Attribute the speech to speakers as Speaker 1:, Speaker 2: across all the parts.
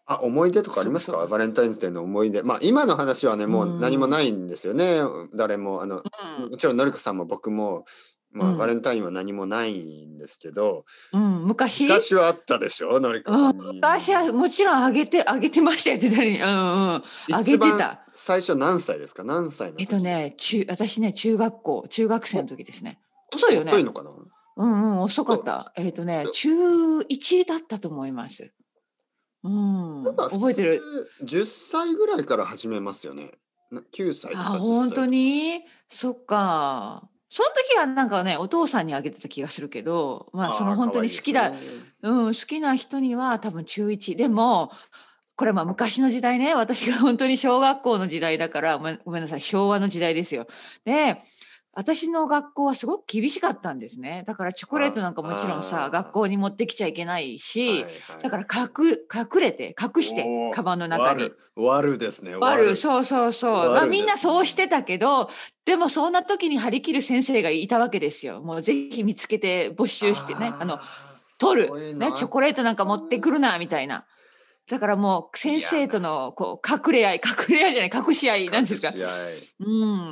Speaker 1: 思い出とかありますか？
Speaker 2: そうそう。
Speaker 1: バレンタインズデーの思い出。今の話はね、
Speaker 2: う
Speaker 1: もう何も
Speaker 2: ん。
Speaker 1: ないんですよね。誰も、もちろんのりこさんも僕も、バ
Speaker 2: うん。
Speaker 1: レンタインは何もないんですけど、
Speaker 2: うん。昔？
Speaker 1: 昔はあったでしょ？のりこ
Speaker 2: うん、
Speaker 1: さん
Speaker 2: 昔は
Speaker 1: に。
Speaker 2: もちろんあげてましたよって誰に、うんうん。あ
Speaker 1: 一番
Speaker 2: げてた。
Speaker 1: 最初何歳ですか？何歳の時ですか？
Speaker 2: 私ね、中学生の
Speaker 1: お、
Speaker 2: 時ですね。
Speaker 1: ちょっと
Speaker 2: 遅いよね。
Speaker 1: 遅いのかな？
Speaker 2: うんうん、遅かっ
Speaker 1: と、
Speaker 2: た。
Speaker 1: じゃ、
Speaker 2: 中1だったと思います。うん、
Speaker 1: 普
Speaker 2: 覚えてる。
Speaker 1: 通10歳ぐらいから始めますよね。9歳と
Speaker 2: あ、
Speaker 1: か10
Speaker 2: ほんと
Speaker 1: 歳とか。
Speaker 2: に？そっか。そん時はなんかね、お父さんにあげてた気がするけど、そのほんと
Speaker 1: 可愛いですよね。
Speaker 2: 好きな人には多分中1。でも、これ、昔の時代ね、私がほんとに小学校の時代だから、ごめんなさい、昭和の時代ですよ。で、私の学校はすごく厳しかったんですね。だからチョコレートなんかもちろんさ、学校に持ってきちゃいけないし、
Speaker 1: はいはい
Speaker 2: だから
Speaker 1: はい。
Speaker 2: 隠して、
Speaker 1: おお、
Speaker 2: カバンの中に。
Speaker 1: 悪ですね、悪。
Speaker 2: そうそうそう。みんな
Speaker 1: 悪ですね。
Speaker 2: そうしてたけど、でもそんな時に張り切る先生がいたわけですよ。もうぜひ見つけて没収してね、
Speaker 1: そういう
Speaker 2: ね、
Speaker 1: のあっ
Speaker 2: チョコレートなんか
Speaker 1: た
Speaker 2: 持ってくるなみたいな。だからもう先生と
Speaker 1: 嫌な、
Speaker 2: のこう隠れ合いじゃない、隠し合い、なんていうん
Speaker 1: 隠
Speaker 2: ですか。
Speaker 1: し合い。
Speaker 2: うん、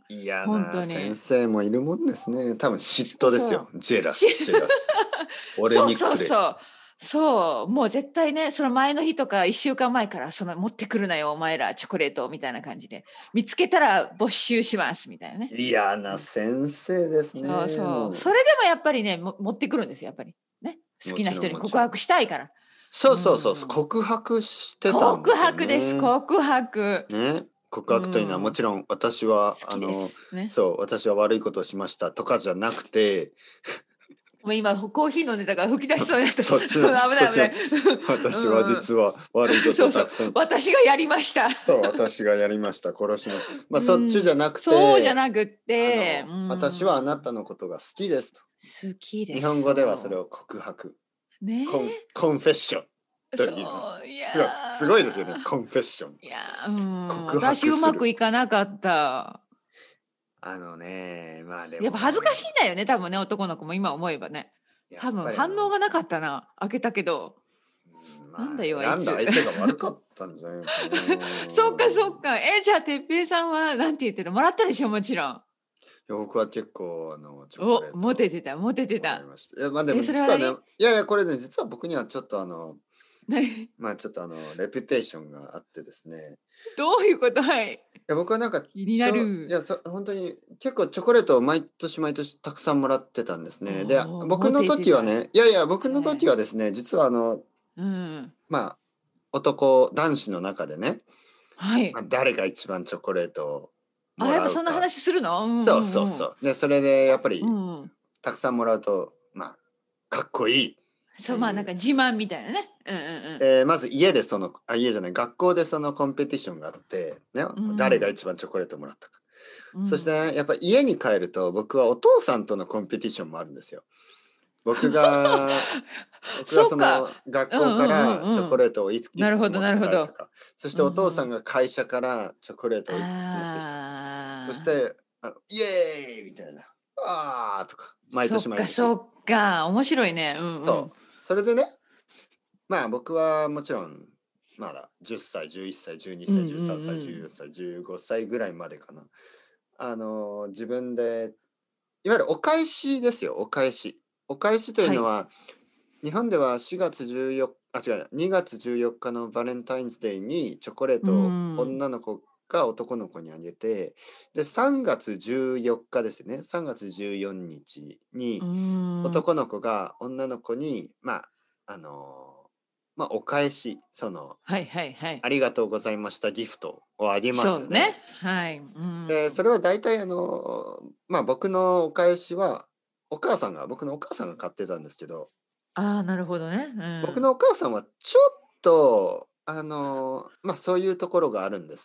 Speaker 1: 嫌
Speaker 2: ほん
Speaker 1: な先
Speaker 2: とに。
Speaker 1: 生もいるもんですね。多分嫉妬ですよ。
Speaker 2: そうそう。し
Speaker 1: ジェラス。俺
Speaker 2: そう
Speaker 1: にくれ。
Speaker 2: そうそう。そう、もう絶対ね、その前の日とか1週間前から、「持ってくるなよ、お前ら、チョコレート」みたいな感じで、「見つけたら没収します」みたいなね。
Speaker 1: 嫌な
Speaker 2: うん。
Speaker 1: 先生です
Speaker 2: そう
Speaker 1: ね、
Speaker 2: そう。
Speaker 1: も
Speaker 2: それでもやっぱりね、持ってくるんですよ、やっぱり。ね。
Speaker 1: う。
Speaker 2: 好きな
Speaker 1: もちろ
Speaker 2: 人に告白
Speaker 1: んもちろん。
Speaker 2: したいから。う
Speaker 1: そうそうそう、
Speaker 2: ん。
Speaker 1: 告白してたんで
Speaker 2: 告
Speaker 1: すよ
Speaker 2: 白です、
Speaker 1: ね。
Speaker 2: 告白。
Speaker 1: ね、告
Speaker 2: う
Speaker 1: 白というのはも
Speaker 2: ん。
Speaker 1: ちろん私は
Speaker 2: 好きです。ね。
Speaker 1: そう、私は悪いことをしましたとかじゃなくて、
Speaker 2: もう今、コーヒー飲んでたから吹き出しそうになった。
Speaker 1: そっちの
Speaker 2: 危ない危ない。う
Speaker 1: 私は
Speaker 2: んうん。
Speaker 1: 実は悪いこと
Speaker 2: そうそう。
Speaker 1: をたくさん、
Speaker 2: 私がやりました。
Speaker 1: そう、私がやりました、殺しまそっちじ
Speaker 2: うん。
Speaker 1: ゃなく
Speaker 2: そうじゃ
Speaker 1: て、
Speaker 2: なくって、
Speaker 1: 私はあなたのことが好きですと。
Speaker 2: 好きで
Speaker 1: 日本
Speaker 2: す、
Speaker 1: 語ではそれ
Speaker 2: そ
Speaker 1: を告白、
Speaker 2: う。ね
Speaker 1: コンフェッション
Speaker 2: え。
Speaker 1: と言います。
Speaker 2: そう、
Speaker 1: すごいですよね、コンフェッション。告
Speaker 2: 私うまく
Speaker 1: 白する。
Speaker 2: いかなかった。
Speaker 1: で
Speaker 2: やっぱ恥ずかしい
Speaker 1: も、
Speaker 2: んだよね、多分ね、男の子も今思えばね。
Speaker 1: やっ
Speaker 2: 多分
Speaker 1: ぱり
Speaker 2: 反応がなかったな。開けたけど。なんだよあい
Speaker 1: 選んだ
Speaker 2: つ。
Speaker 1: 相手が悪かったんじゃないのかな。
Speaker 2: そっかそっか。じゃあ、哲平さんはなんて言ってた？もらったでしょ？もちろん。
Speaker 1: いや、僕は結構チョコレー
Speaker 2: モテ
Speaker 1: ト
Speaker 2: てたモテてた。
Speaker 1: もらいました。いや、でも実はね、
Speaker 2: それは何？
Speaker 1: いやいや、これね、実は僕にはちょっと
Speaker 2: 何？
Speaker 1: ちょっとレピュテーションがあってですね。
Speaker 2: どういうこと？はい。
Speaker 1: いや、僕はなんか、
Speaker 2: 気になる。
Speaker 1: いや、本当に結構チョコレートを毎年毎年たくさんもらってたんですね。で、
Speaker 2: おお、
Speaker 1: 僕の
Speaker 2: モテてた。
Speaker 1: 時はね、いやいや、僕の
Speaker 2: はい。
Speaker 1: 時はですね、実は
Speaker 2: うん。
Speaker 1: まあ、男子の中でね、
Speaker 2: はい。
Speaker 1: 誰が一番チョコレートをも
Speaker 2: やっぱそんな
Speaker 1: らうか。
Speaker 2: 話するの？うん
Speaker 1: そう
Speaker 2: うんうん。
Speaker 1: で、それでやっぱり
Speaker 2: うんうん。
Speaker 1: たくさんもらうと、かっこいいって
Speaker 2: そう、なん
Speaker 1: いう。
Speaker 2: か自慢みたいなね。うんうん
Speaker 1: まず家で家じゃない、学校でそのコンペティションがあって、ね、
Speaker 2: うん。
Speaker 1: 誰が
Speaker 2: うん。
Speaker 1: 一番チョコレートをもらったか。そして
Speaker 2: うん。
Speaker 1: ね、やっぱ家に帰ると、僕はお父さんとのコンペティションもあるんですよ。僕がそ
Speaker 2: そうか。
Speaker 1: の学校か
Speaker 2: うんうんうん
Speaker 1: らチョ
Speaker 2: うん。
Speaker 1: コレートをい
Speaker 2: なるほど
Speaker 1: くつ持って
Speaker 2: なるほど。
Speaker 1: 帰るとか、そし
Speaker 2: う
Speaker 1: てお父さ
Speaker 2: んうん。
Speaker 1: んが会社からチョコレートをいくつ持ってきたか。そし
Speaker 2: ああ、
Speaker 1: て、イエーイみたいな、ああとか、毎
Speaker 2: そっ
Speaker 1: 年毎年。
Speaker 2: かそっか、面白いね。うんうん。
Speaker 1: そう。それでね、僕はもちろん、まだ10歳、11歳、12歳、
Speaker 2: うんうん
Speaker 1: 13歳、
Speaker 2: うん。
Speaker 1: 14歳、15歳ぐらいまでかな。自分で、いわゆるお返しですよ、お返し。お返しという
Speaker 2: はい。
Speaker 1: のは、日本では4月14日、違う、2月14日のバレンタインズデーにチョコレー
Speaker 2: うー
Speaker 1: トを
Speaker 2: ん。
Speaker 1: 女の子が男の子にあげて、で、3月14日ですね。3月14日
Speaker 2: うー
Speaker 1: に
Speaker 2: ん。
Speaker 1: 男の子が女の子に、お返し、
Speaker 2: はいはいはい。
Speaker 1: ありがとうございましたギフトをあげます
Speaker 2: そうね。
Speaker 1: よね。
Speaker 2: はい。うー
Speaker 1: で、そ
Speaker 2: ん。
Speaker 1: れは大体僕のお返しは、僕のお母さんが買ってたんですけど、
Speaker 2: ああ、なるほどね。うん。
Speaker 1: 僕のお母さんはちょっと、そういうところがあるんです。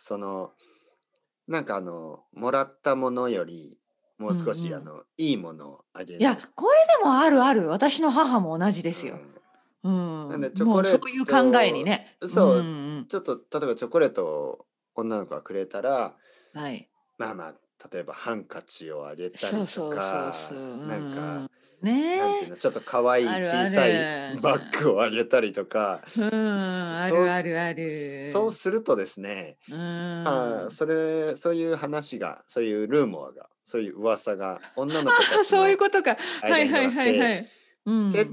Speaker 1: もらったものより、も
Speaker 2: うんう
Speaker 1: う少し
Speaker 2: ん。
Speaker 1: いいものをあげ
Speaker 2: いや、
Speaker 1: る。
Speaker 2: これでもあるある。私の母も同じですよ。
Speaker 1: うん。
Speaker 2: うん。
Speaker 1: なんでチョ
Speaker 2: もう
Speaker 1: コレー
Speaker 2: そういう考えに
Speaker 1: ト
Speaker 2: ね。うん
Speaker 1: そう、
Speaker 2: うん。
Speaker 1: ちょっと例えばチョコレートを女の子がくれたら、
Speaker 2: はい。
Speaker 1: まあまあ例えばハンカチをあげたりと
Speaker 2: そうそうそう
Speaker 1: か、
Speaker 2: そう。う
Speaker 1: なんか、
Speaker 2: ん。ねえ。
Speaker 1: なんていうの、ちょっと可愛い
Speaker 2: あるあ
Speaker 1: 小さい
Speaker 2: る。
Speaker 1: バッグをあげたりとか、
Speaker 2: うん、あ
Speaker 1: そうす
Speaker 2: るあるあ
Speaker 1: そう
Speaker 2: る。
Speaker 1: するとですね、
Speaker 2: うん。
Speaker 1: そういう話が、そういうルーモアが、そういう噂が女の子たち
Speaker 2: そういう
Speaker 1: の
Speaker 2: ことか。は
Speaker 1: 間に
Speaker 2: いはい
Speaker 1: はあって、
Speaker 2: はいはい。うん。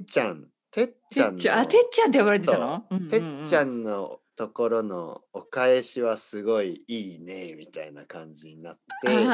Speaker 1: てっちゃん
Speaker 2: てっ
Speaker 1: の、
Speaker 2: ちゃんって呼ばれてた
Speaker 1: そう、
Speaker 2: の？うんうん
Speaker 1: てっちゃ
Speaker 2: うん。
Speaker 1: んのところのお返しはすごいいいね、みたいな感じになって、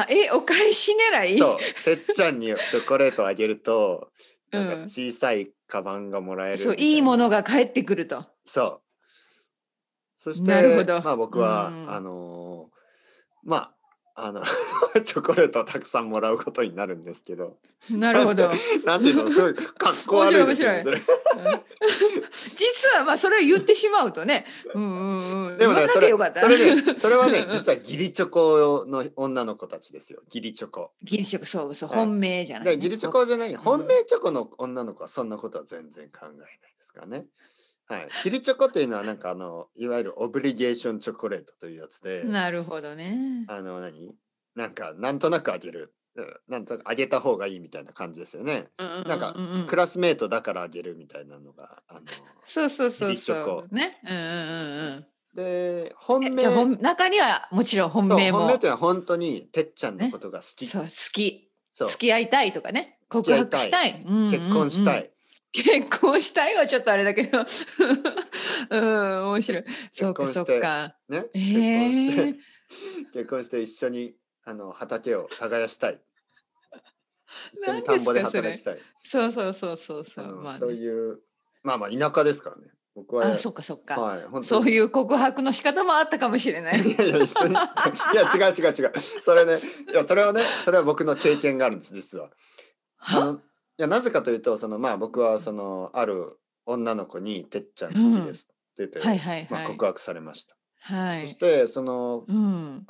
Speaker 2: ああ、お返し狙い？
Speaker 1: そう、てっちゃんにチョコレートをあげると、なんか
Speaker 2: うん。
Speaker 1: 小さいカバンがもらえ
Speaker 2: そう、
Speaker 1: るみ
Speaker 2: いいもの
Speaker 1: たいな。
Speaker 2: が返ってくると。
Speaker 1: そう。そして、
Speaker 2: なるほど。
Speaker 1: まあ僕
Speaker 2: う
Speaker 1: は、
Speaker 2: ん。
Speaker 1: まチョコレートをたくさんもらうことになるんですけど、
Speaker 2: なる
Speaker 1: なんて、
Speaker 2: ほど。
Speaker 1: なんていうの、すごいかっこ
Speaker 2: 面白
Speaker 1: 悪いですよね、
Speaker 2: い面白い。
Speaker 1: それ。
Speaker 2: うん。実は、ま、それを言ってしまうとね、うんうんうん、
Speaker 1: でもね、
Speaker 2: 言わなきゃよかった。
Speaker 1: それはね、
Speaker 2: うんうん。
Speaker 1: 実は義理チョコの女の子たちですよ。義理チョコ。
Speaker 2: ギリシャそうそう、
Speaker 1: はい。
Speaker 2: 本命じゃない
Speaker 1: で、義
Speaker 2: ね。
Speaker 1: 理チョコじゃない、本
Speaker 2: うん。
Speaker 1: 命チョコの女の子はそんなことは全然考えないですからね。はい。義理チョコというのはなんかいわゆるオブリゲーションチョコレートというやつで、
Speaker 2: なるほどね。
Speaker 1: なんか、なんとなくあげる。なんとなくあげた方がいいみたいな感じですよね。
Speaker 2: うんうん
Speaker 1: なんか、
Speaker 2: うんうんうん。
Speaker 1: クラスメートだからあげるみたいなのが、
Speaker 2: そうそう
Speaker 1: 義
Speaker 2: そうそ
Speaker 1: 理チョコ。
Speaker 2: う。ね。うんうんうんうん。
Speaker 1: で、本
Speaker 2: じゃあ、
Speaker 1: 命、
Speaker 2: 中にはもちろん本
Speaker 1: そう、
Speaker 2: 命も、
Speaker 1: 本命っていうのは本当にてっちゃんのこ
Speaker 2: ね。
Speaker 1: とが好き。
Speaker 2: そう、好き。付
Speaker 1: そう、
Speaker 2: き合いたいとかね。
Speaker 1: 付き
Speaker 2: 告
Speaker 1: 合いたい。
Speaker 2: 白したい。うんうんう
Speaker 1: 結婚した
Speaker 2: ん。
Speaker 1: い。
Speaker 2: 結婚したいはちょっとあれだけど。うん、面白い。そ
Speaker 1: 結
Speaker 2: っかそ
Speaker 1: 婚して、
Speaker 2: っか。
Speaker 1: ね、結婚し
Speaker 2: ええ。
Speaker 1: て、結婚して一緒に、畑を耕したい。一緒に田んぼで
Speaker 2: 何ですか、それ。
Speaker 1: 働きたい。
Speaker 2: そうそうそうそうそう、まあ
Speaker 1: そう
Speaker 2: ね。
Speaker 1: いう、田舎ですからね。僕は、
Speaker 2: あ、そっかそっか。
Speaker 1: はい、本当に、
Speaker 2: そういう告白の仕方もあったかもしれない。
Speaker 1: いやいや、一緒に、いや、違う違う違う。それね、いや、それは僕の経験があるんです、実は。
Speaker 2: は？
Speaker 1: いや、なぜかというと、僕は、ある女の子に、てっちゃん好
Speaker 2: うん。
Speaker 1: きですって言って、
Speaker 2: はいはいはい。
Speaker 1: 告白されました。
Speaker 2: はい。
Speaker 1: そして、
Speaker 2: うん。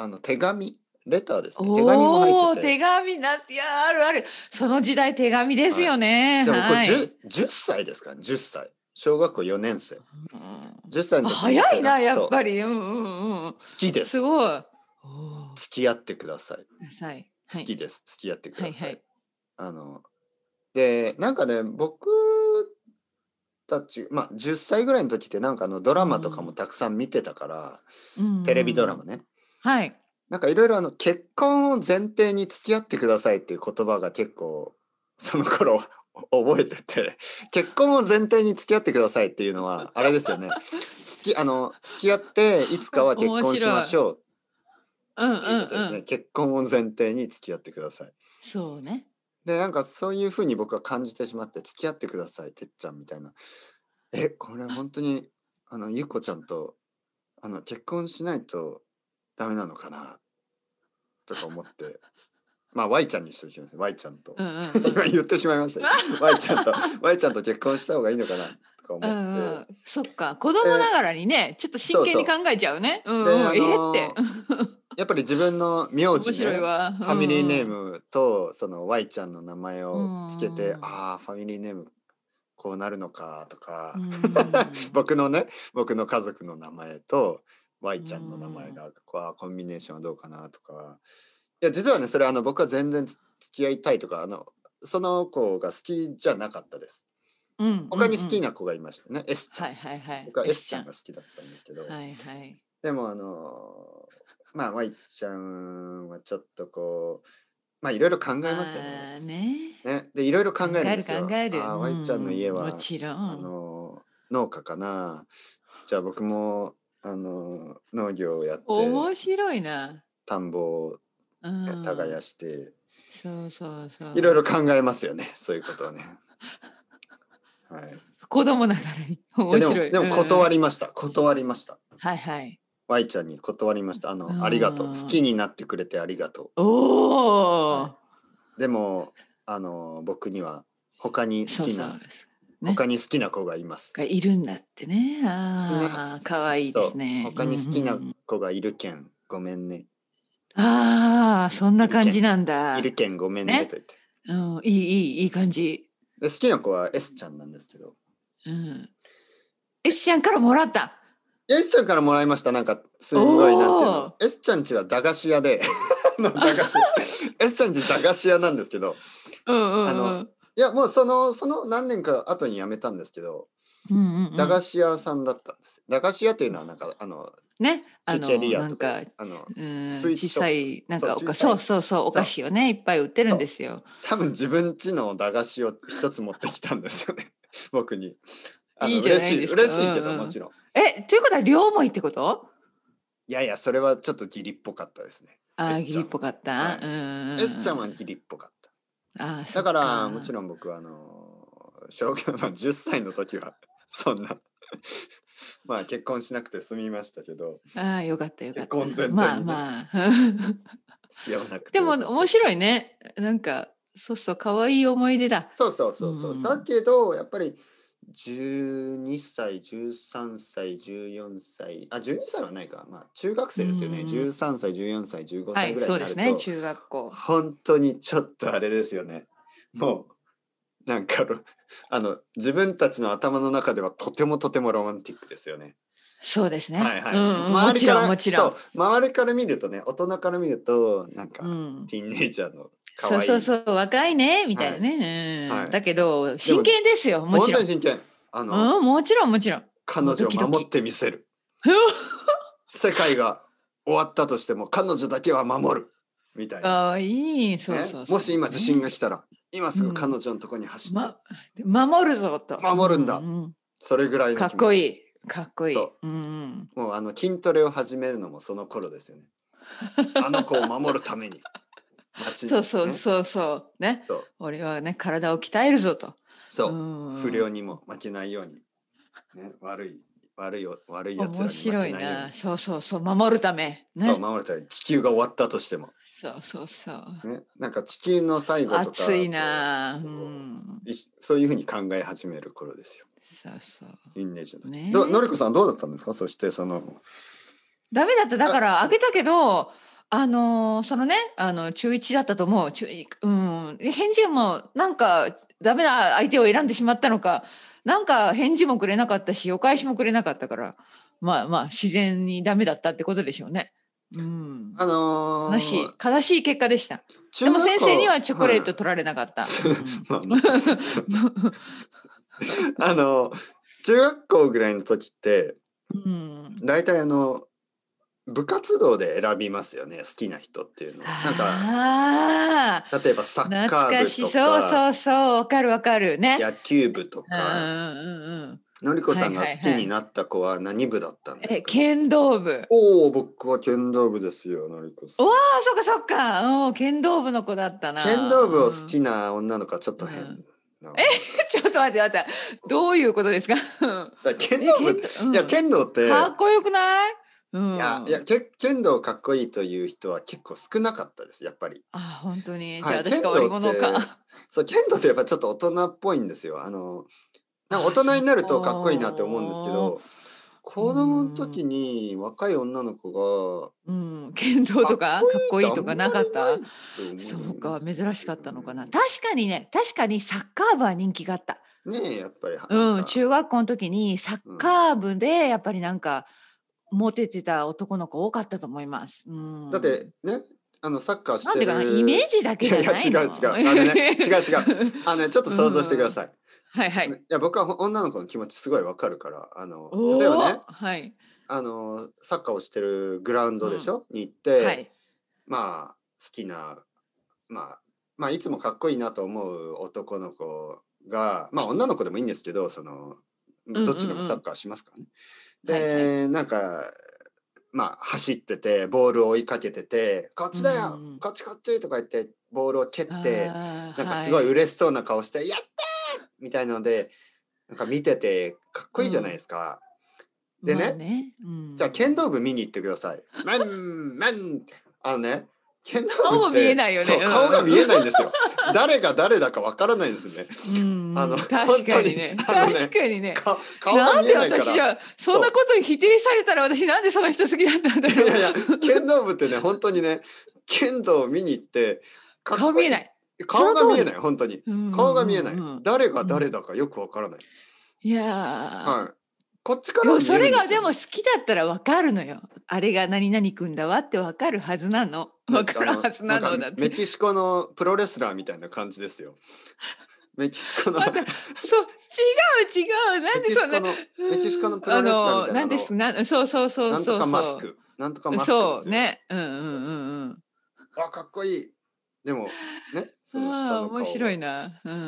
Speaker 1: レターですね。手紙も入って
Speaker 2: おお、手
Speaker 1: て、
Speaker 2: 紙いや、あるある。その時代手紙です
Speaker 1: はい。
Speaker 2: よね。
Speaker 1: でもこれ
Speaker 2: はい。
Speaker 1: 10歳ですからね、10歳。小学校4年生。
Speaker 2: うん。
Speaker 1: 10歳の
Speaker 2: あ、
Speaker 1: 時に
Speaker 2: 早いな、やっ
Speaker 1: そう、
Speaker 2: ぱり。うんうんうん。
Speaker 1: 好きです。
Speaker 2: すごい。おお。
Speaker 1: 付き合ってください。
Speaker 2: はい。はい。
Speaker 1: 好きです。付き合ってください。
Speaker 2: はいはい。
Speaker 1: あの、で、なんかね、僕たち、10歳ぐらいの時ってなんかド
Speaker 2: う
Speaker 1: ラマとかも
Speaker 2: ん。
Speaker 1: たくさん見てたから、
Speaker 2: うん
Speaker 1: テレビド
Speaker 2: うん。
Speaker 1: ラマね。
Speaker 2: はい。
Speaker 1: なんかいろいろ結婚を前提に付き合ってくださいっていう言葉が結構、その頃覚えてて、結婚を前提に付き合ってくださいっていうのは、あれですよね。付き合っていつかは結
Speaker 2: 面
Speaker 1: 婚しまし
Speaker 2: 白い。
Speaker 1: ょう
Speaker 2: うんう
Speaker 1: ということですね。
Speaker 2: んうん。
Speaker 1: 結婚を前提に付き合ってください。
Speaker 2: そうね。
Speaker 1: で、なんかそういう風に僕は感じてしまって、付き合ってください、てっちゃんみたいな。これ本当に、ゆっこちゃんと、結婚しないとダメなのかなとか思って、Y ちゃんにしてほしいですね、Y ちゃんと。
Speaker 2: うんうんう
Speaker 1: 今
Speaker 2: ん。
Speaker 1: 言ってしまいましたよ。Y ちゃんと結婚した方がいいのかなとか
Speaker 2: うん
Speaker 1: 思って。
Speaker 2: うん。そっか、子供な
Speaker 1: で、
Speaker 2: がらにね、ちょっと真
Speaker 1: そうそ
Speaker 2: 剣に考えちゃうね。う
Speaker 1: う。で、
Speaker 2: んうん。って。
Speaker 1: やっぱり自分の名字
Speaker 2: 面白い
Speaker 1: ね、
Speaker 2: わ。う
Speaker 1: ファミリーネー
Speaker 2: ん
Speaker 1: ムとその Y ちゃんの名前
Speaker 2: う
Speaker 1: をつけて、
Speaker 2: ん。
Speaker 1: ああ、ファミリーネームこうなるのかとか、
Speaker 2: うん。
Speaker 1: 僕の家族の名前と
Speaker 2: う
Speaker 1: Y ちゃんの名前
Speaker 2: ん。
Speaker 1: がコンビネーションはどうかなとか。いや、実はね、それ僕は全然付き合いたいとか、その子が好きじゃなかったです。
Speaker 2: うんうん
Speaker 1: 他に好
Speaker 2: うん。
Speaker 1: きな子がいましてね、S ちゃん。
Speaker 2: はいはいはい。
Speaker 1: 僕は
Speaker 2: S
Speaker 1: S ち
Speaker 2: ちゃん。
Speaker 1: ゃんが好きだったんですけど、
Speaker 2: はいはい。
Speaker 1: でもY ちゃんはちょっといろいろ考えますよね。
Speaker 2: まあね。
Speaker 1: ね、で、いろいろ考えるん
Speaker 2: 考える考
Speaker 1: ですよ。
Speaker 2: える。
Speaker 1: ああ、
Speaker 2: う
Speaker 1: Y ちゃんの家
Speaker 2: ん、も
Speaker 1: は、
Speaker 2: ちろん。
Speaker 1: 農家かな。じゃあ僕も、農業をやって、
Speaker 2: 面白いな。
Speaker 1: 田んぼを
Speaker 2: うん。
Speaker 1: 耕して、
Speaker 2: そうそうそ
Speaker 1: いろいろ
Speaker 2: う。
Speaker 1: 考えますよね、そういうことはね。はい。
Speaker 2: 子供ながらに
Speaker 1: いや、
Speaker 2: 面白い。
Speaker 1: でも
Speaker 2: うん。
Speaker 1: 断りました。
Speaker 2: はいはい。
Speaker 1: Y ちゃんに断りました。
Speaker 2: う
Speaker 1: ありがとう。好き
Speaker 2: ん。
Speaker 1: になってくれてありがと
Speaker 2: お
Speaker 1: う。はい。
Speaker 2: お。
Speaker 1: でも、僕には他に好
Speaker 2: そうそう。
Speaker 1: きな、
Speaker 2: ね。
Speaker 1: 好きな子がいます。
Speaker 2: がいるんだってね。
Speaker 1: ね、
Speaker 2: ああ、可愛いですね。うんう
Speaker 1: 他に好きな
Speaker 2: ん。
Speaker 1: 子がいるけん、ごめんね。
Speaker 2: ああ、そんな感じなんだ。
Speaker 1: いるけんごめんねと
Speaker 2: ね。
Speaker 1: 言って。
Speaker 2: うん、いい感じ。
Speaker 1: で、好きな子は S ちゃんなんですけど。
Speaker 2: うん。S ちゃんからもらった。
Speaker 1: S ちゃんからもらいました。なんか、す
Speaker 2: お
Speaker 1: んごい、なんていうの。
Speaker 2: お。
Speaker 1: S ちゃんちは駄菓子屋で、 の駄菓子S ちゃんち駄菓子屋なんですけど、
Speaker 2: うんう
Speaker 1: あの
Speaker 2: んうん。
Speaker 1: いやもうその何年か後に辞めたんですけど、
Speaker 2: うんうんう
Speaker 1: 駄菓
Speaker 2: ん。
Speaker 1: 子屋さんだったんですよ。駄菓子屋というのはなんか
Speaker 2: ね、
Speaker 1: ピチェリアとかいう
Speaker 2: なんか、
Speaker 1: スイーツ
Speaker 2: 小
Speaker 1: ショップ、
Speaker 2: さい、なん
Speaker 1: そう
Speaker 2: かそ
Speaker 1: 小さい、
Speaker 2: うそうそう、お
Speaker 1: そう
Speaker 2: 菓子をね、いっぱい売ってるん
Speaker 1: そう
Speaker 2: ですよ。
Speaker 1: 多分自分家の駄菓子を一つ持ってきたんですよね僕に。
Speaker 2: いいじゃないですか。
Speaker 1: 嬉しいけどもちろん。
Speaker 2: ということは両思いってこと？
Speaker 1: いやいやそれはちょっと義理っぽかったですね。
Speaker 2: ああ、
Speaker 1: S ちゃんは。
Speaker 2: 義理っぽかった？
Speaker 1: はい。S ちゃんは義理っぽかった。
Speaker 2: ああ、そ
Speaker 1: だ
Speaker 2: っ
Speaker 1: からもち
Speaker 2: か。
Speaker 1: ろん僕は小学まあ10歳の時はそんなまあ結婚しなくて済みましたけど、
Speaker 2: ああ、よかったよか
Speaker 1: 結婚
Speaker 2: った。まあ
Speaker 1: 前提にね
Speaker 2: まあ。
Speaker 1: 付き合わなく
Speaker 2: でも
Speaker 1: てよかったです。
Speaker 2: 面白いね。なんか、そうそう、可愛い思い出だ。
Speaker 1: そうそう
Speaker 2: う
Speaker 1: そうそう。だ
Speaker 2: ん。
Speaker 1: けどやっぱり12歳、13歳、14歳、12歳はないか。まあ中学
Speaker 2: うんう
Speaker 1: 生ですよね。
Speaker 2: ん。
Speaker 1: 13歳、14歳、15
Speaker 2: はい、
Speaker 1: 歳ぐらいに
Speaker 2: そうですね、
Speaker 1: なると、
Speaker 2: 中学校。
Speaker 1: 本当にちょっとあれですよね。もうなんか自分たちの頭の中ではとてもとてもロマンティックですよね。
Speaker 2: そうですね。
Speaker 1: はいはい。
Speaker 2: うんうん、もちろんもちろん。
Speaker 1: 周りから見るとね、大人から見ると、なんか、
Speaker 2: うん。
Speaker 1: ティーンネイジャーの可
Speaker 2: そうそう
Speaker 1: 愛い。
Speaker 2: そう、若いね、みたい
Speaker 1: はい。
Speaker 2: なね。うん。
Speaker 1: はい。
Speaker 2: だけど、真
Speaker 1: でも、
Speaker 2: 剣ですよ、もち
Speaker 1: 本当
Speaker 2: ろん。
Speaker 1: に真剣。
Speaker 2: うん、もちろんもちろん。もう
Speaker 1: 彼女を守っ
Speaker 2: ドキドキ。
Speaker 1: てみせる。世界が終わったとしても、彼女だけは守る。みたいな。
Speaker 2: ああ、いい、そう
Speaker 1: ね。
Speaker 2: そう
Speaker 1: もし今
Speaker 2: そう。
Speaker 1: 地震
Speaker 2: ね。
Speaker 1: が来たら、今すぐ彼
Speaker 2: うん。
Speaker 1: 女のとこに走って、
Speaker 2: ま、守るぞと。うん
Speaker 1: 守るんだ。
Speaker 2: うん。
Speaker 1: それぐらいの
Speaker 2: かっ
Speaker 1: 気持ち。
Speaker 2: こいい。かっこいい。
Speaker 1: そ
Speaker 2: うんうん。
Speaker 1: う。もう筋トレを始めるのもその頃ですよね。あの子を守るために。街
Speaker 2: そう
Speaker 1: にね。
Speaker 2: そうそうそう。ね。
Speaker 1: そう。
Speaker 2: 俺はね、体を鍛えるぞと。う
Speaker 1: そう、不
Speaker 2: んうん。
Speaker 1: 良にも負けないように、ね、悪いやつ
Speaker 2: 面
Speaker 1: らに負
Speaker 2: 白いな。
Speaker 1: けないように、
Speaker 2: そうそうそう、守るため。
Speaker 1: そう、
Speaker 2: ね。
Speaker 1: 守るために地球が終わったとしても、
Speaker 2: そうそうそう。
Speaker 1: ね、なんか地球の最後と
Speaker 2: 熱い
Speaker 1: かと、
Speaker 2: な。うん。
Speaker 1: そういうふうに考え始める頃ですよ。
Speaker 2: そうそ
Speaker 1: インネージの
Speaker 2: う。
Speaker 1: 時。の
Speaker 2: ね。
Speaker 1: りこさんどうだったんですか？そして
Speaker 2: ダメだった。だ
Speaker 1: あ、
Speaker 2: から開けたけど、そのね、中1だったと思う。返事もなんかダメな相手を選んでしまったのか、なんか返事もくれなかったし、お返しもくれなかったから、まあまあ、自然にダメだったってことでしょうね。うん。
Speaker 1: あの
Speaker 2: 悲しい結果でした。で
Speaker 1: 中
Speaker 2: も先生に
Speaker 1: 学校、
Speaker 2: はチョコレート
Speaker 1: は
Speaker 2: 取られなかっ
Speaker 1: い、
Speaker 2: た。うん。
Speaker 1: まあまあ、そうあの中学校ぐらいの時って、
Speaker 2: うん。
Speaker 1: 大体部活動で選びますよね、好きな人っていうのは。なんか、
Speaker 2: ああ、
Speaker 1: 例えばサッ
Speaker 2: 懐かしい。
Speaker 1: カー部と
Speaker 2: そう
Speaker 1: か、
Speaker 2: そうそう、わかるわかる。ね。
Speaker 1: 野球部と
Speaker 2: うんうん
Speaker 1: か、
Speaker 2: うんうん。
Speaker 1: のりこ
Speaker 2: はい
Speaker 1: さんが好き
Speaker 2: はいはい。
Speaker 1: になった子は何部だったんですか？
Speaker 2: 剣道部。
Speaker 1: おお、僕は剣道部ですよ、のりこさ
Speaker 2: おお、
Speaker 1: ん。
Speaker 2: そっかそっか。うん、剣道部の子だった
Speaker 1: 剣道部を好
Speaker 2: な。
Speaker 1: きな女の子はちょっ
Speaker 2: うん。う
Speaker 1: と変
Speaker 2: ん。
Speaker 1: な
Speaker 2: え、
Speaker 1: 女の子です。
Speaker 2: ちょっと待って待って。どういうことですか？うん。
Speaker 1: だから剣
Speaker 2: え、
Speaker 1: 道部、いや、剣道って、
Speaker 2: かっこよくない？う
Speaker 1: いや、
Speaker 2: ん。
Speaker 1: 剣道かっこいいという人は結構少なかったです、やっぱり。
Speaker 2: あ、本当に。じ
Speaker 1: はい、
Speaker 2: ゃあ私変わり
Speaker 1: 剣道って、
Speaker 2: 者か。
Speaker 1: そう、剣道ってやっぱちょっと大人っぽいんですよ。なんか大
Speaker 2: あ、そ
Speaker 1: 人になるとかっこいいなって思うんですけ
Speaker 2: う。
Speaker 1: ど、
Speaker 2: う
Speaker 1: 子供の
Speaker 2: ん。
Speaker 1: 時に若い女の子が
Speaker 2: うん、剣道
Speaker 1: か
Speaker 2: とか、
Speaker 1: っこい
Speaker 2: かっこ
Speaker 1: いってあんまり
Speaker 2: いいとかなかった？
Speaker 1: ないって思
Speaker 2: そうか、
Speaker 1: います
Speaker 2: 珍しかっ
Speaker 1: けど
Speaker 2: たのかな。
Speaker 1: ね。
Speaker 2: 確かにね、確かにサッカー部は人気があった。
Speaker 1: ねえ、やっぱりなん
Speaker 2: うん、
Speaker 1: か、
Speaker 2: 中学校の時にサッ
Speaker 1: うん。
Speaker 2: カー部でやっぱりなんか、モテてた男の子多かったと思います。う
Speaker 1: だって
Speaker 2: ん。
Speaker 1: ね、サッカーして
Speaker 2: なんでかな、イメー
Speaker 1: る、
Speaker 2: ジだけじゃない
Speaker 1: 違う違
Speaker 2: の？
Speaker 1: う。違う違う。ちょっと
Speaker 2: う
Speaker 1: 想像してくだ
Speaker 2: ん。
Speaker 1: さい。
Speaker 2: はいはい。
Speaker 1: いや、僕は女の子の気持ちすごいわかるから、例えば
Speaker 2: おお、
Speaker 1: ね、
Speaker 2: はい。
Speaker 1: サッカーをしてるグラウンドでし
Speaker 2: うん。
Speaker 1: ょに行って、
Speaker 2: はい。
Speaker 1: まあ、好きな、まあ、いつもかっこいいなと思う男の子が、まあ、女の子でもいいんですけど、
Speaker 2: うんうん
Speaker 1: どっちでも
Speaker 2: うん。
Speaker 1: サッカーしますからね。
Speaker 2: はいはい。
Speaker 1: で、なんか、走ってて、ボールを追いかけてて、こっ
Speaker 2: うん
Speaker 1: ちだよ
Speaker 2: うん。
Speaker 1: こっちこっちとか言って、ボールを蹴って、
Speaker 2: ああ、
Speaker 1: なんかすごい
Speaker 2: はい。
Speaker 1: 嬉しそうな顔して、やったーみたいなので、なんか見ててかっこいいじゃないで
Speaker 2: うん。
Speaker 1: すか。でね、
Speaker 2: まあね。う
Speaker 1: じゃあ剣
Speaker 2: ん。
Speaker 1: 道部見に行ってください。マン剣道部っ
Speaker 2: 顔も見え
Speaker 1: て、
Speaker 2: ないよね。
Speaker 1: そう、
Speaker 2: うん
Speaker 1: 顔が見え
Speaker 2: うん。
Speaker 1: ないんですよ。誰が誰だかわからないんですね。
Speaker 2: うんうん、確
Speaker 1: 本当に、
Speaker 2: かにね。確かにね。
Speaker 1: 顔が見え
Speaker 2: なんで
Speaker 1: ないから、
Speaker 2: 私じゃそんな
Speaker 1: そ
Speaker 2: こと否定されたら私なんでその人好きだったんだ
Speaker 1: う。い
Speaker 2: ろう。
Speaker 1: やいや、剣道部ってね、本当にね、剣道を見に行って、かっこいい。
Speaker 2: 顔見えない。そ
Speaker 1: 顔が見えない、
Speaker 2: の通り。
Speaker 1: 本当に。
Speaker 2: うんうんう
Speaker 1: 顔が見えない。
Speaker 2: んうん。
Speaker 1: 誰が
Speaker 2: うん。
Speaker 1: 誰だかよくわからない。
Speaker 2: いや、
Speaker 1: はい。 こっちか
Speaker 2: いや、
Speaker 1: らは見え
Speaker 2: それ
Speaker 1: るんですよね。
Speaker 2: がでも好きだったらわかるのよ。あれが何々くんだわってわかるはずなの。
Speaker 1: なんですか、
Speaker 2: わかるはず
Speaker 1: なんか
Speaker 2: なのだって。
Speaker 1: メキシコのプロレスラーみたいな感じですよ。メキシコの
Speaker 2: また、そう、違う違う。な
Speaker 1: メ
Speaker 2: んでそんな、
Speaker 1: メキシコのプロレスラーみたいな
Speaker 2: なんです、そうそうそう
Speaker 1: なんとかマス
Speaker 2: そ
Speaker 1: ク、なんとか
Speaker 2: う。
Speaker 1: マスクですよ。
Speaker 2: そうね。うんうんうんうん。
Speaker 1: あ、かっこいい。でも、ね、その下
Speaker 2: ああ、
Speaker 1: の
Speaker 2: 面
Speaker 1: 顔は。
Speaker 2: 白いな。うん。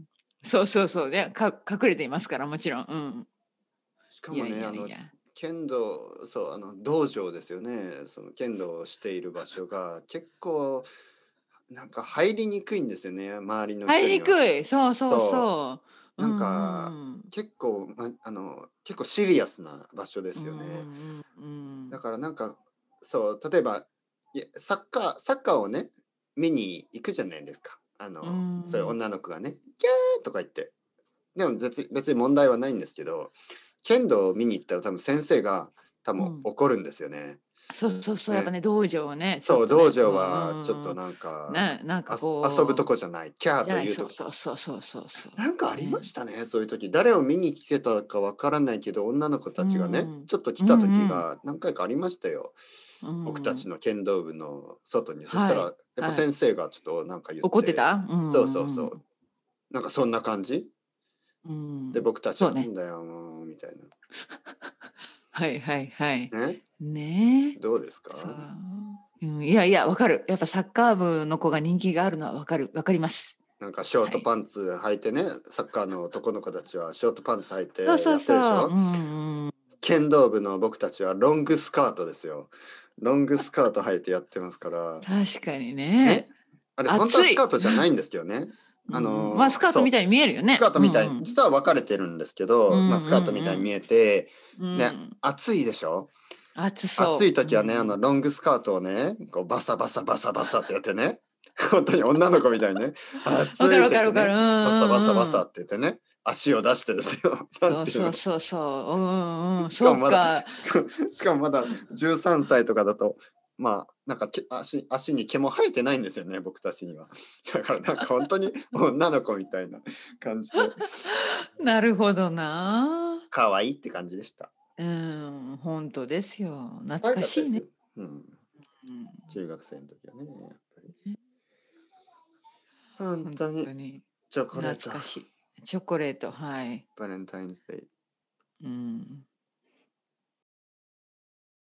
Speaker 2: そうそうそうね。隠れていますから、もちろん。うん。いやい
Speaker 1: しかもね、
Speaker 2: やいや。
Speaker 1: 剣道、そう、道場ですよね。その剣道をしている場所が結構、なんか入りにくいんですよね、周りの
Speaker 2: 入り
Speaker 1: 人には。
Speaker 2: にくい。そうそう
Speaker 1: そ
Speaker 2: そう。
Speaker 1: う、なん
Speaker 2: うんう
Speaker 1: か、
Speaker 2: んうん。
Speaker 1: 結構シリアスな場所で
Speaker 2: うん
Speaker 1: すよね。
Speaker 2: うんうん。
Speaker 1: だからなんか、そう、例えば、サッカーをね、見に行くじゃないですか。
Speaker 2: う
Speaker 1: そういう
Speaker 2: ん。
Speaker 1: 女の子がね、キャーとか言って。でも別に問題はないんですけど、剣道を見に行ったら多分先生が多分
Speaker 2: うん。
Speaker 1: 怒るんですよね。
Speaker 2: そうそうそう、やっぱ
Speaker 1: ね。
Speaker 2: ね、道場はね、ちょっ
Speaker 1: そう、道
Speaker 2: とね、
Speaker 1: 場はちょっとなんか、
Speaker 2: ね、なんか
Speaker 1: 遊ぶと
Speaker 2: こ
Speaker 1: こじゃない、キャ
Speaker 2: う、じゃない、
Speaker 1: ーというとこ。
Speaker 2: そうそうそうそうそうそう。
Speaker 1: なんかありま
Speaker 2: ね。
Speaker 1: したね、そういう時。誰を見に来てたかわからないけど、女の子
Speaker 2: う
Speaker 1: たちがね、
Speaker 2: ん。
Speaker 1: ちょっと来
Speaker 2: う
Speaker 1: た時
Speaker 2: んうん。
Speaker 1: が何回かありましたよ。
Speaker 2: う
Speaker 1: 僕たち
Speaker 2: ん。
Speaker 1: の剣道部の外に。そしたら、
Speaker 2: はい。
Speaker 1: やっぱ
Speaker 2: はい。
Speaker 1: 先生がちょっとなんか言っ
Speaker 2: 怒って
Speaker 1: て、
Speaker 2: た？うん
Speaker 1: そうそう
Speaker 2: うんうん。
Speaker 1: そう。なんかそんな感じ
Speaker 2: う
Speaker 1: で、
Speaker 2: ん。
Speaker 1: 僕たち
Speaker 2: そうね。
Speaker 1: はなんだよ、もう、みたい
Speaker 2: はいはいはい。
Speaker 1: な。ね。
Speaker 2: ねえ。
Speaker 1: どうです
Speaker 2: そう。
Speaker 1: か？
Speaker 2: うん、いやいや、わかる。やっぱサッカー部の子が人気があるのはわかります。
Speaker 1: なんかショー
Speaker 2: はい。
Speaker 1: トパンツ履いてね、サッカーの男の子たちはショートパンツ履い
Speaker 2: そうそう
Speaker 1: てやってるでし
Speaker 2: そう。
Speaker 1: ょ？
Speaker 2: うんうん。
Speaker 1: 剣道部の僕たちはロングスカートですよ。ロングスカート履いてやってますから。
Speaker 2: 確かに
Speaker 1: ね。
Speaker 2: ね。
Speaker 1: あれ本当はスカー
Speaker 2: 暑い。
Speaker 1: トじゃないんですけどね。
Speaker 2: うんうん。まあ、スカートみ
Speaker 1: そう。
Speaker 2: たいに見えるよ
Speaker 1: スカ
Speaker 2: ね。
Speaker 1: ートみたい、
Speaker 2: うんうん。
Speaker 1: 実は分かれてるんですけ
Speaker 2: うん
Speaker 1: ど、まあ、スカートみたいに見
Speaker 2: うん
Speaker 1: えて、
Speaker 2: うん。う
Speaker 1: ね、
Speaker 2: ん。
Speaker 1: 暑いでしょ？
Speaker 2: 暑
Speaker 1: 暑い
Speaker 2: そう。う
Speaker 1: 時はね、
Speaker 2: ん。
Speaker 1: ロングスカートをね、こうバサバサバサバサってやってね、本当に女の子みたいにね、
Speaker 2: わか
Speaker 1: 暑
Speaker 2: るわかるわかる。
Speaker 1: い時ね、
Speaker 2: うん
Speaker 1: バサバサバ
Speaker 2: うんうん。
Speaker 1: サって言ってね、足を出してですよ。なん
Speaker 2: そう
Speaker 1: ていうの。
Speaker 2: そうそうそう。うんうん。
Speaker 1: しかもまだ、
Speaker 2: そうか。
Speaker 1: しかもまだ13歳とかだと、まあ、なんか足に毛も生えてないんですよね、僕たちには。だからなんか本当に女の子みたいな感じで、
Speaker 2: なるほどな。
Speaker 1: 可愛いって感じでした。
Speaker 2: うん、本当ですよ。懐
Speaker 1: 可愛
Speaker 2: かしいね。
Speaker 1: かったですよ。うん。
Speaker 2: うん。
Speaker 1: 中学生の時はね、やっぱり。本
Speaker 2: 本
Speaker 1: 当に
Speaker 2: 当に
Speaker 1: チョコレ
Speaker 2: 懐
Speaker 1: ート、
Speaker 2: かしい。チョコレート、はい。
Speaker 1: バレンタインズデー。
Speaker 2: うん。